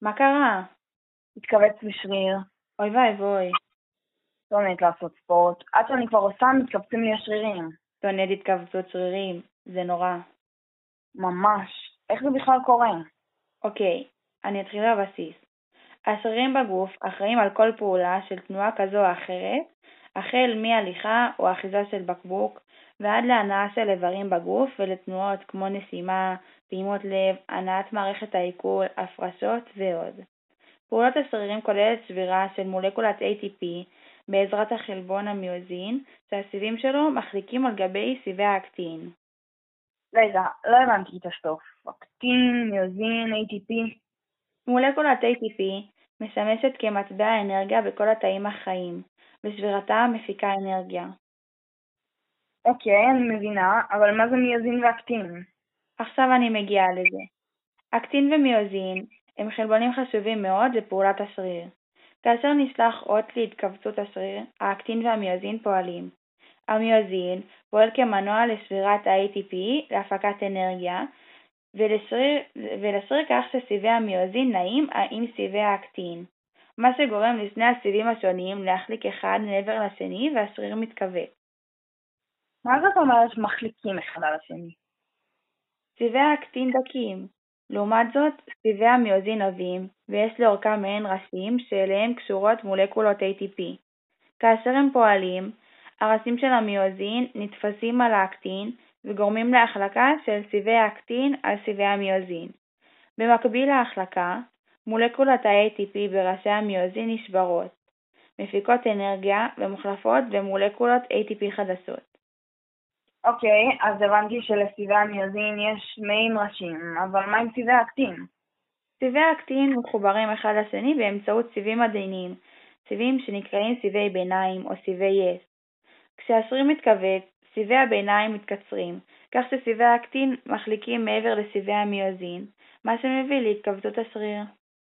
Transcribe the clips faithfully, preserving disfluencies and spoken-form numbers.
מה קרה? מתכווץ בשריר, אוי ואבוי. שונאת לעשות ספורט, עד שאני כבר עושה מתכווצים לי השרירים. שונאת התכווצות שרירים, זה נורא. ממש, איך זה בכלל קורה? אוקיי, אני אתחיל בבסיס. השרירים בגוף אחראים על כל פעולה של תנועה כזו או אחרת, החל מהליכה או אחיזה של בקבוק, ועד להנעה של איברים בגוף ולתנועות כמו נשימה, פעימות לב, הנעת מערכת העיכול, הפרשות ועוד. פעולות השרירים כוללת שבירה של מולקולת A T P בעזרת החלבון המיוזין, שהסיבים שלו מחליקים על גבי סיבי האקטין. רגע, לא הבנתי את הסוף. אקטין, מיוזין, A T P. מולקולת A T P משמשת כמטבע אנרגיה בכל התאים החיים, ושבירתה מפיקה אנרגיה. אוקיי, אני מבינה, אבל מה זה מיוזין ואקטין? עכשיו אני מגיעה לזה. אקטין ומיוזין הם חלבונים חשובים מאוד לפעולת השריר. כאשר נשלח אות להתכווצות השריר, האקטין והמיוזין פועלים. המיוזין פועל כמנוע לשבירת ה-A T P להפקת אנרגיה, ולשריר, ולשריר כך שסיבי המיוזין נעים עם סיבי האקטין, מה שגורם לשני הסיבים השונים להחליק אחד מעבר לשני והשריר מתכווץ. מה זאת אומרת מחליקים אחד על השני? סיבי האקטין דקים. לעומת זאת, סיבי המיוזין עבים, ויש לאורכם מעין ראשים שאליהם קשורות מולקולות A T P. כאשר הם פועלים, הרשים של המיוזין נתפסים על האקטין וגורמים להחלקה של סיבי האקטין על סיבי המיוזין. במקביל להחלקה, מולקולות ה-A T P בראשי המיוזין נשברות, מפיקות אנרגיה ומוחלפות במולקולות A T P חדשות. אוקיי, אז הבנתי שלסיבי המיוזין יש מעין ראשים, אבל מה עם סיבי האקטין? סיבי האקטין מחוברים אחד לשני באמצעות סיבים עדינים, סיבים שנקראים סיבי ביניים או סיבי יס. כשהשריר מתכווץ, סיבי הביניים מתקצרים, כך שסיבי האקטין מחליקים מעבר לסיבי המיוזין, מה שמביא להתכווצות השריר.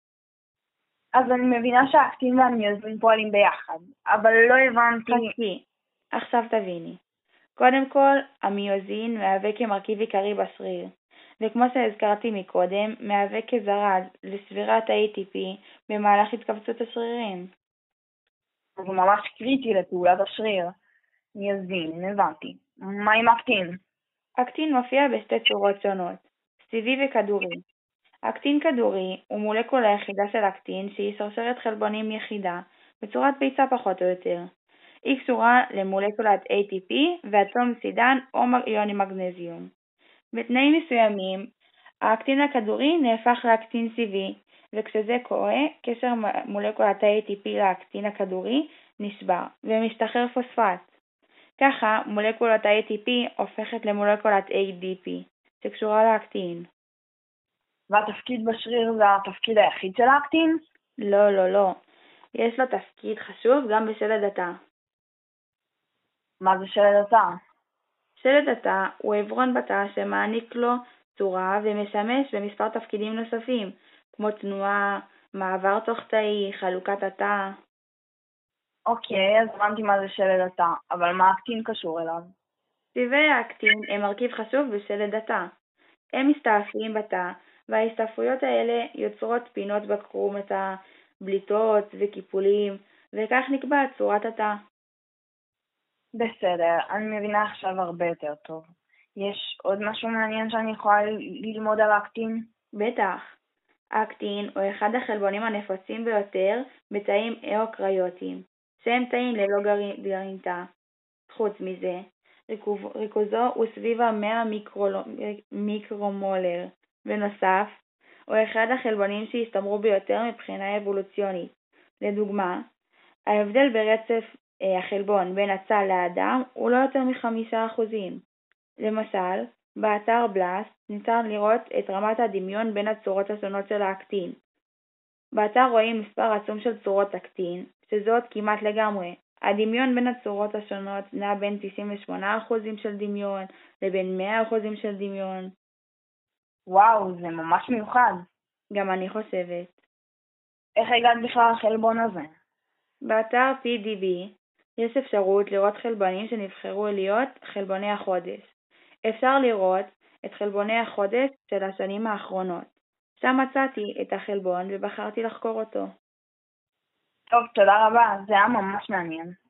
אז אני מבינה שהאקטין והמיוזין פועלים ביחד, אבל לא הבנתי... חכי, עכשיו תביני. קודם כל, המיוזין מהווה כמרכיב עיקרי בשריר, וכמו שהזכרתי מקודם, מהווה כזרז לשבירת ה-A T P במהלך התכווצות השרירים. זה ממש קריטי לפעולת השריר. מיוזין, הבנתי. מה עם אקטין? אקטין מופיע בשתי צורות שונות, סיבי וכדורי. אקטין כדורי הוא מולקולה יחידה של אקטין שהיא שרשרת חלבונים יחידה, בצורת ביצה פחות או יותר. היא קשורה למולקולת A T P ואטום סידן או איון מגנזיום. בתנאים מסוימים, האקטין הכדורי נהפך לאקטין סיבי, וכשזה קורה, קשר מולקולת ה-A T P לאקטין הכדורי נשבר, ומשתחרר פוספט. ככה, מולקולת ה-A T P הופכת למולקולת A D P, שקשורה לאקטין. והתפקיד בשריר זה התפקיד היחיד של האקטין? לא, לא, לא. יש לו תפקיד חשוב גם בשלד התא. מה זה שלד התא? שלד התא הוא עברון בתא שמעניק לו צורה ומשמש במספר תפקידים נוספים, כמו תנועה, מעבר תוך תאי, חלוקת התא. אוקיי, אז הבנתי מה זה שלד התא, אבל מה האקטין קשור אליו? סיבי האקטין הם מרכיב חשוב בשלד התא. הם מסתעפים בתא, וההסתעפויות האלה יוצרות פינות בקרום התא, בליטות וקיפולים, וכך נקבעת צורת התא. בסדר, אני מבינה עכשיו הרבה יותר טוב. יש עוד משהו מעניין שאני יכולה ללמוד על האקטין? בטח. האקטין הוא אחד החלבונים הנפוצים ביותר בתאים אוקריוטיים, שהם תאים ללא גרעין תא. חוץ מזה, ריכוזו הוא סביב ה-מאה מיקרומולר. בנוסף, הוא אחד החלבונים שהסתמרו ביותר מבחינה אבולוציונית. לדוגמה, ההבדל ברצף החלבון בין הצל לאדם הוא לא יותר מחמישה אחוזים. למשל, באתר בלאסט ניתן לראות את רמת הדמיון בין הצורות השונות של האקטין. באתר רואים מספר עצום של צורות אקטין, שזאת כמעט לגמרי. הדמיון בין הצורות השונות נע בין תשעים ושמונה אחוזים של דמיון לבין מאה אחוזים של דמיון. וואו, זה ממש מיוחד. גם אני חושבת. איך הגעת בכלל לחלבון הזה? באתר P D B יש אפשרות לראות חלבונים שנבחרו להיות חלבוני החודש. אפשר לראות את חלבוני החודש של השנים האחרונות, שם מצאתי את החלבון ובחרתי לחקור אותו. טוב, תודה רבה, זה היה ממש מעניין.